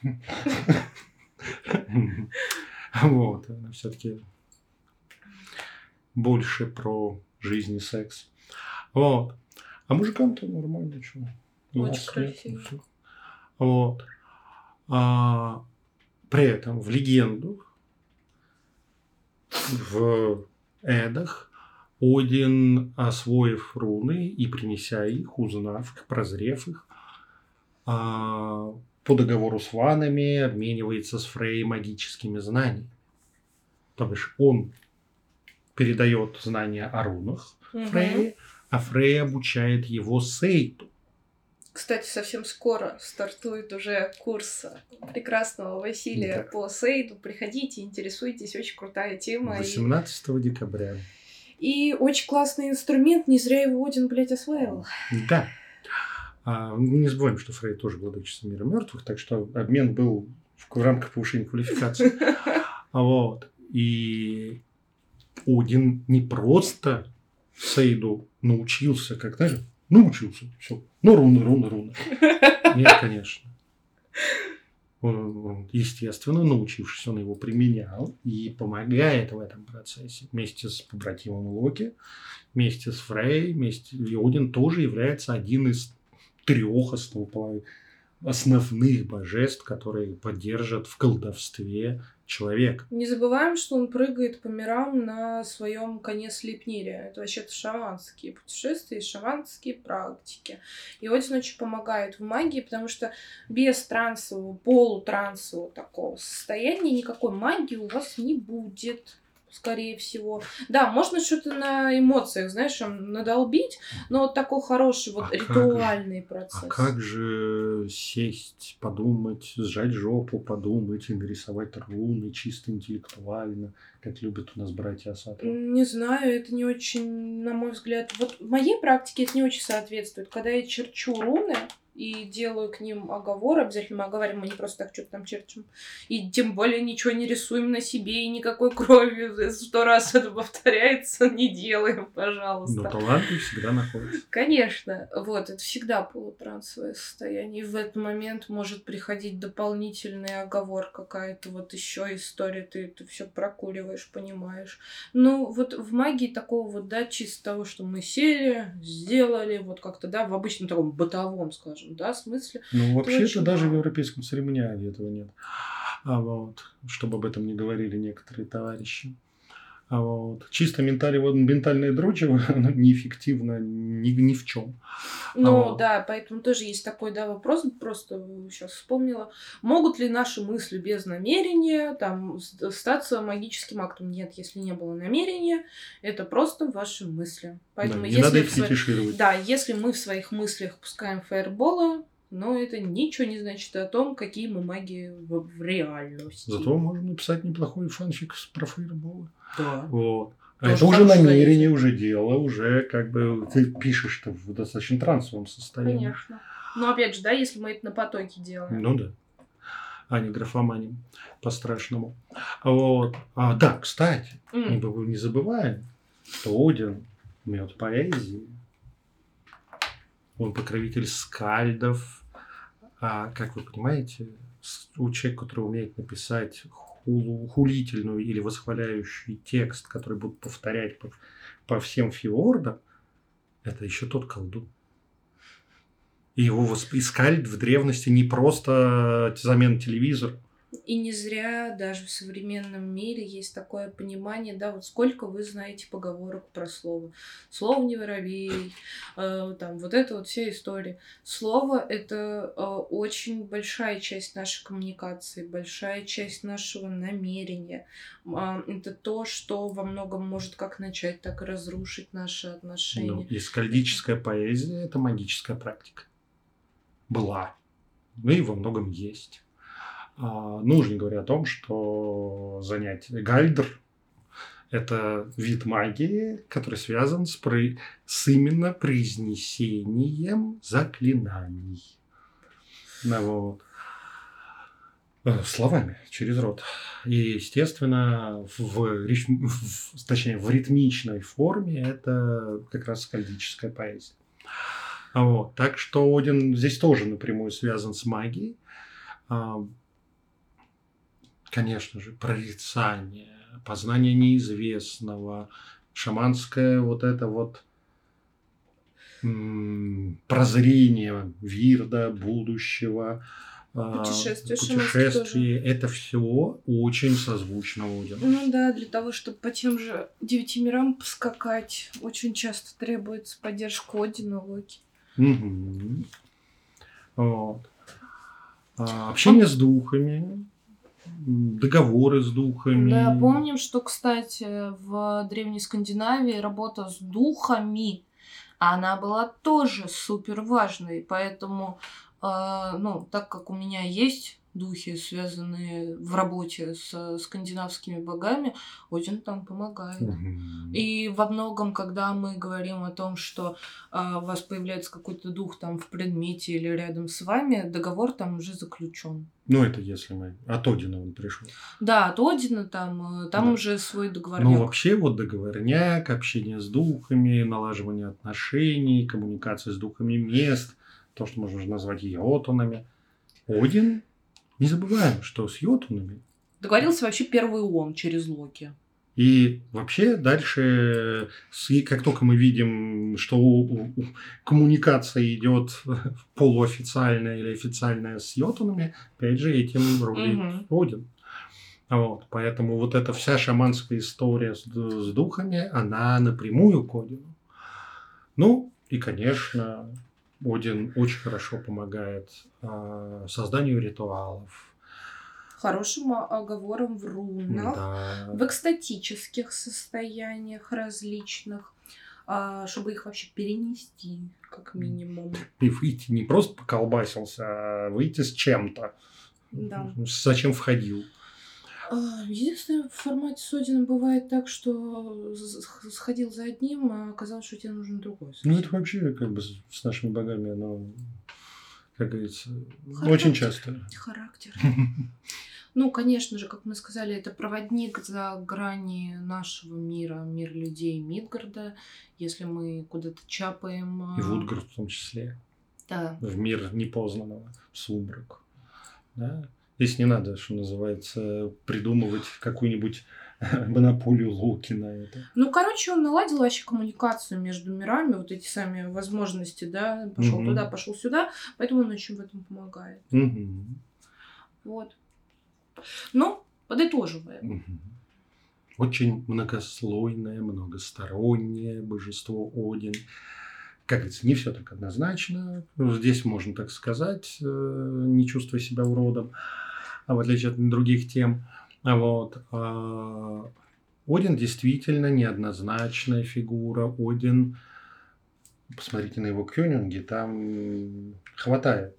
Вот, она все-таки больше про жизнь и секс. Вот. А мужикам-то нормально, что? Очень красиво. Вот. А, при этом в легендах, в Эдах, Один, освоив руны и принеся их, узнав их, прозрев их, а, по договору с ванами обменивается с Фрей магическими знаниями. То бишь он передает знания о рунах Мгм. Фрей, а Фрей обучает его Сейту. Кстати, совсем скоро стартует уже курс прекрасного Василия Да. по Сейду. Приходите, интересуйтесь, очень крутая тема. И, восемнадцатого декабря. и очень классный инструмент, не зря его Один, блядь, осваивал. Да. А, не забываем, что Фрей тоже владычица мира мертвых, так что обмен был в, в рамках повышения квалификации. А Вот. И Один не просто Сейду научился, как, знаешь, научился, все. Ну, руны, руны, руны. Нет, конечно. Он, он, естественно, научившись, он его применял и помогает в этом процессе. Вместе с побратимом Локи, вместе с Фрей, вместе... И Один тоже является один из трех основ- основных божеств, которые поддержат в колдовстве человека. Не забываем, что он прыгает по мирам на своем коне Слепнире. Это вообще-то шаманские путешествия, шаманские практики. И Один очень помогает в магии, потому что без трансового, полутрансового такого состояния никакой магии у вас не будет. Скорее всего. Да, можно что-то на эмоциях, знаешь, там, надолбить, но вот такой хороший вот А как ритуальный процесс. А как же сесть, подумать, сжать жопу, подумать и нарисовать руны чисто интеллектуально, как любят у нас братья Асатова? Не знаю, это не очень, на мой взгляд... Вот в моей практике это не очень соответствует. Когда я черчу руны и делаю к ним оговор, обязательно мы оговариваем, мы не просто так что-то там черчим. И тем более ничего не рисуем на себе, и никакой крови сто раз это повторяется, не делаем, пожалуйста. Но таланты всегда находятся. Конечно, вот, это всегда полутрансовое состояние. И в этот момент может приходить дополнительный оговор, какая-то вот еще история, ты это все прокуриваешь, понимаешь. Ну, вот в магии такого вот, да, чисто того, что мы сели, сделали, вот как-то, да, в обычном таком бытовом, скажем, да, смысле. Ну, вообще-то очень даже в мало. европейском церемониале этого нет. А вот, чтобы об этом не говорили некоторые товарищи. А вот, чисто ментали, вот, ментальное дрочево, оно неэффективно ни, ни в чем. Ну, А. да, поэтому тоже есть такой, да, вопрос, просто сейчас вспомнила. Могут ли наши мысли без намерения там с- статься магическим актом? Нет, если не было намерения, это просто ваши мысли. Поэтому Да, не если надо их в сво- фетишировать. Да, если мы в своих мыслях пускаем фаерболы, но это ничего не значит о том, какие мы маги в, в реальности. Зато можно написать неплохой фанфик с- про фаерболы. Да. Вот. А Тоже это уже хорошее намерение, занятие. уже дело, уже как бы ты пишешь-то в достаточно трансовом состоянии. Конечно. Но опять же, да, если мы это на потоке делаем. Ну да. А не графоманим по-страшному. Вот. А, да, кстати, М. не, бу- не забываем, что Один мед поэзии. Он покровитель скальдов. А, как вы понимаете, с- у человека, который умеет написать хулу- хулительную или восхваляющий текст, который будет повторять по, по всем фиордам, это еще тот колдун. И его восп- и скальд в древности не просто замена телевизора. И не зря даже в современном мире есть такое понимание, да, вот сколько вы знаете поговорок про слово. Слово не воробей, э, там вот это вот вся история. Слово — это э, очень большая часть нашей коммуникации, большая часть нашего намерения. М, а, Это то, что во многом может как начать, так и разрушить наши Ну, отношения. и скальдическая поэзия – это магическая практика. Была. Ну и во многом есть. А, ну, уже не говоря о том, что занятие гальдр – это вид магии, который связан с, про... с именно произнесением заклинаний. Ну, вот. Э, Словами через рот. И, естественно, в, риф- в- точнее, в ритмичной форме это как раз скальдическая поэзия. А Вот. Так что Один здесь тоже напрямую связан с магией. А, Конечно же, прорицание, познание неизвестного, шаманское вот это вот м, прозрение Вирда, будущего, а, Путешествия шаманские тоже. путешествие. Это все очень созвучно Одину. Ну да, для того, чтобы по тем же девяти мирам поскакать, очень часто требуется поддержка Одина, Локи. Мгм. Вот. А, Общение с духами, м, договоры с духами. Да, помним, что, кстати, в Древней Скандинавии работа с духами, она была тоже супер важной, поэтому, э, ну, так как у меня есть духи, связанные в работе с скандинавскими богами, Один там помогает. Мгм. И во многом, когда мы говорим о том, что а, у вас появляется какой-то дух там в предмете или рядом с вами, договор там уже заключен. Ну, это если мы от Одина он пришел. Да, от Одина там, э, там Да. уже свой Ну, договорняк. вообще, вот договорняк, общение с духами, налаживание отношений, коммуникация с духами мест, то, что можно назвать йотунами. Один, не забываем, что с йотунами. Договорился вообще первый он через Локи. И вообще дальше, с- и как только мы видим, что у- у- у- коммуникация идет полуофициальная или официальная с йотунами, опять же, этим рулит Мгм. Один. Вот, поэтому вот эта вся шаманская история с, д- с духами, она напрямую к Одину. Ну, и, конечно, Один очень хорошо помогает а, созданию ритуалов. Хорошим о- оговором в рунах, Да. в экстатических состояниях различных, а, чтобы их вообще перенести, как минимум. И выйти не просто поколбасился, а выйти с чем-то. Да. Зачем входил. А, Единственное, в формате с Одином бывает так, что з- з- сходил за одним, а оказалось, что тебе нужен другой. Ну, это вообще как бы с с нашими богами, оно, как говорится, Характер. очень часто. Характер. Ну, конечно же, как мы сказали, это проводник за грани нашего мира, мир людей Мидгарда. Если мы куда-то чапаем... И а, Вудгард в том числе. Да. В мир непознанного, в сумрак. Да? Здесь не надо, что называется, придумывать какую-нибудь монополию Локи на это. Ну, короче, он наладил вообще коммуникацию между мирами, вот эти сами возможности, да, пошел Мгм. туда, пошел сюда, поэтому он очень в этом помогает. Мгм. Вот. Ну, подытоживаем. Мгм. Очень многослойное, многостороннее божество Один. Как говорится, не все так однозначно. Ну, Здесь можно так сказать, э, не чувствуя себя уродом, а в отличие от других тем. А Вот. а, Один действительно неоднозначная фигура. Один, посмотрите на его кёнинги, там хватает.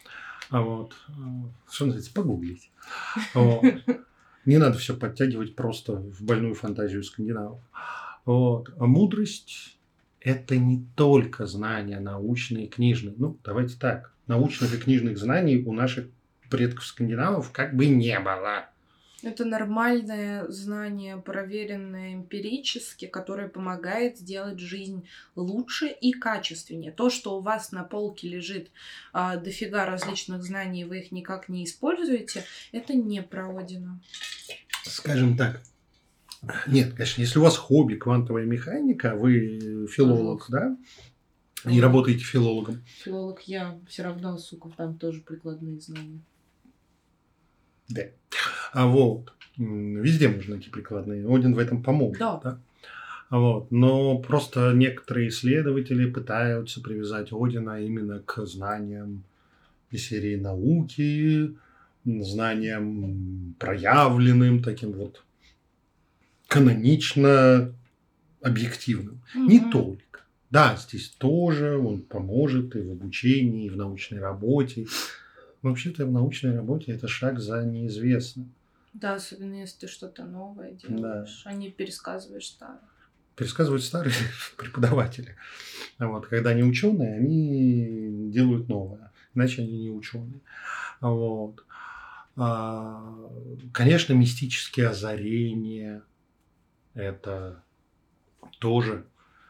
А вот, а, что называется, погуглить. Вот. Не надо все подтягивать просто в больную фантазию скандинавов. Вот. А мудрость – это не только знания научные, книжные. Ну, давайте так. Научных и книжных знаний у наших предков скандинавов как бы не было. Это нормальное знание, проверенное эмпирически, которое помогает сделать жизнь лучше и качественнее. То, что у вас на полке лежит а, дофига различных знаний, вы их никак не используете, это не про Одина. Скажем так. Нет, конечно, если у вас хобби квантовая механика, вы филолог, да? И Мгм. работаете филологом. Филолог я, все равно, сука, там тоже прикладные знания. Да. А вот. Везде можно найти прикладные. Один в этом помог. Да. Да? Вот. Но просто некоторые исследователи пытаются привязать Одина именно к знаниям из серии науки, знаниям проявленным, таким вот канонично объективным. Мгм. Не только. Да, здесь тоже он поможет и в обучении, и в научной работе. Вообще-то в научной работе это шаг за неизвестным. Да, особенно если ты что-то новое Да. делаешь, а не пересказываешь старое. Пересказывают старые преподаватели. А вот, когда они ученые, они делают новое. Иначе они не ученые. Вот. А, конечно, мистические озарения – это тоже.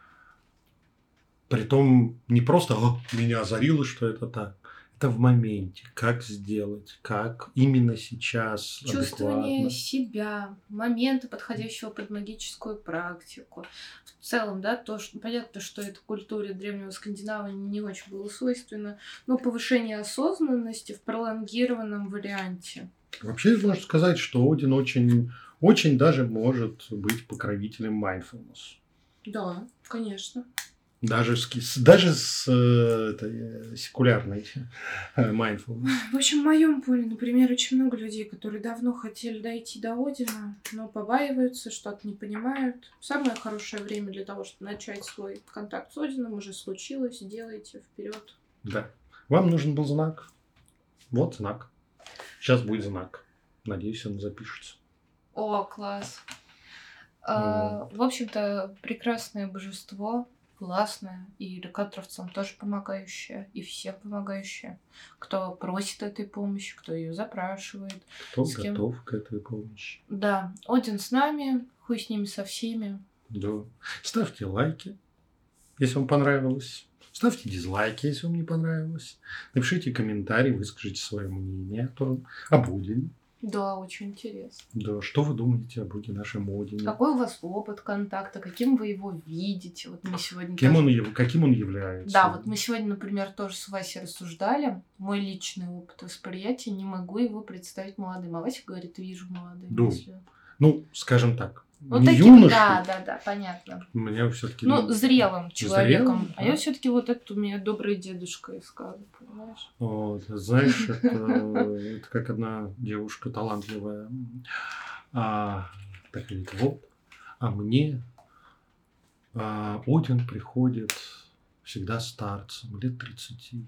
Притом не просто «О, меня озарило, что это так». Это в моменте. Как сделать, как именно сейчас Чувствование адекватно. себя, момента, подходящего под магическую практику. В целом, да, то, что понятно, что это культуре древнего Скандинава не очень было свойственно, но повышение осознанности в пролонгированном варианте. Вообще можно сказать, что Один очень, очень даже может быть покровителем mindfulness. Да, конечно. Даже с, ки- с- даже с э, этой, э, секулярной э, mindfulness. В общем, в моем поле, например, очень много людей, которые давно хотели дойти до Одина, но побаиваются, что-то не понимают. Самое хорошее время для того, чтобы начать свой контакт с Одином, уже случилось. Делайте вперед. Да. Вам нужен был знак. Вот знак. Сейчас будет знак. Надеюсь, он запишется. О, класс. А, в общем-то, прекрасное божество, классное, и рекатровцам тоже помогающее, и всем помогающее. Кто просит этой помощи, кто ее запрашивает. Кто С кем? готов к этой помощи? Да, Один с нами, хуй с ними со всеми. Да. Ставьте лайки, если вам понравилось. Ставьте дизлайки, если вам не понравилось. Напишите комментарий, выскажите свое мнение о том, об Одине. Да, очень интересно. Да, что вы думаете об Оде, нашем Одине? Какой у вас опыт контакта, каким вы его видите? Вот мы сегодня Кем тоже- он, яв- каким он является? Да, вот мы сегодня, например, тоже с Васей рассуждали. Мой личный опыт восприятия, не могу его представить молодым. А Вася говорит, вижу молодым. Да. если- Ну, скажем так, Вот не таким, юношей, да, да, да, понятно. у меня все-таки... Ну, зрелым человеком. Зрелым, А да. я все-таки вот этот у меня добрый дедушка искал, понимаешь? Вот, знаешь, это, это как одна девушка талантливая, а, так говорит, вот, а мне а, Один приходит всегда старцем, лет тридцати.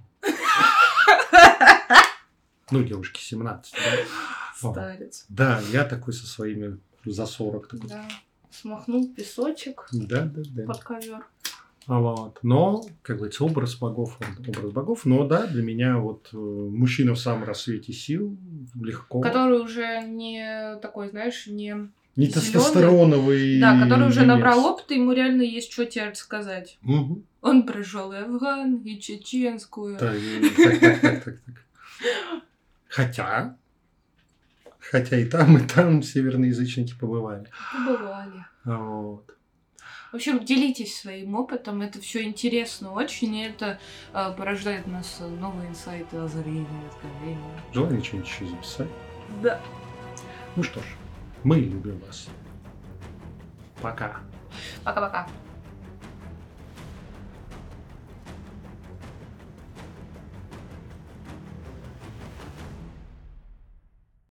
Ну, девушке семнадцать, да? О, Старец. да, я такой со своими за сорок. Такой. Да. Смахнул песочек Да, да, да. под ковер. А Вот. Но, как говорится, образ богов, он образ богов. Но да, для меня вот э, мужчина в самом рассвете сил легко. Который уже не такой, знаешь, не... Не зелёный. тестостероновый. Да, который уже немец. набрал опыт, и ему реально есть что тебе рассказать. Мгм. Он прошел и Афган, и чеченскую. Так, так, так, так, так, так. Хотя, хотя и там, и там северные язычники побывали. Побывали. А Вот. В общем, делитесь своим опытом, это все интересно очень, и это а, порождает у нас новые инсайты, озарения, откровения. Желание что-нибудь еще записать? Да. Ну что ж, мы любим вас. Пока. Пока-пока.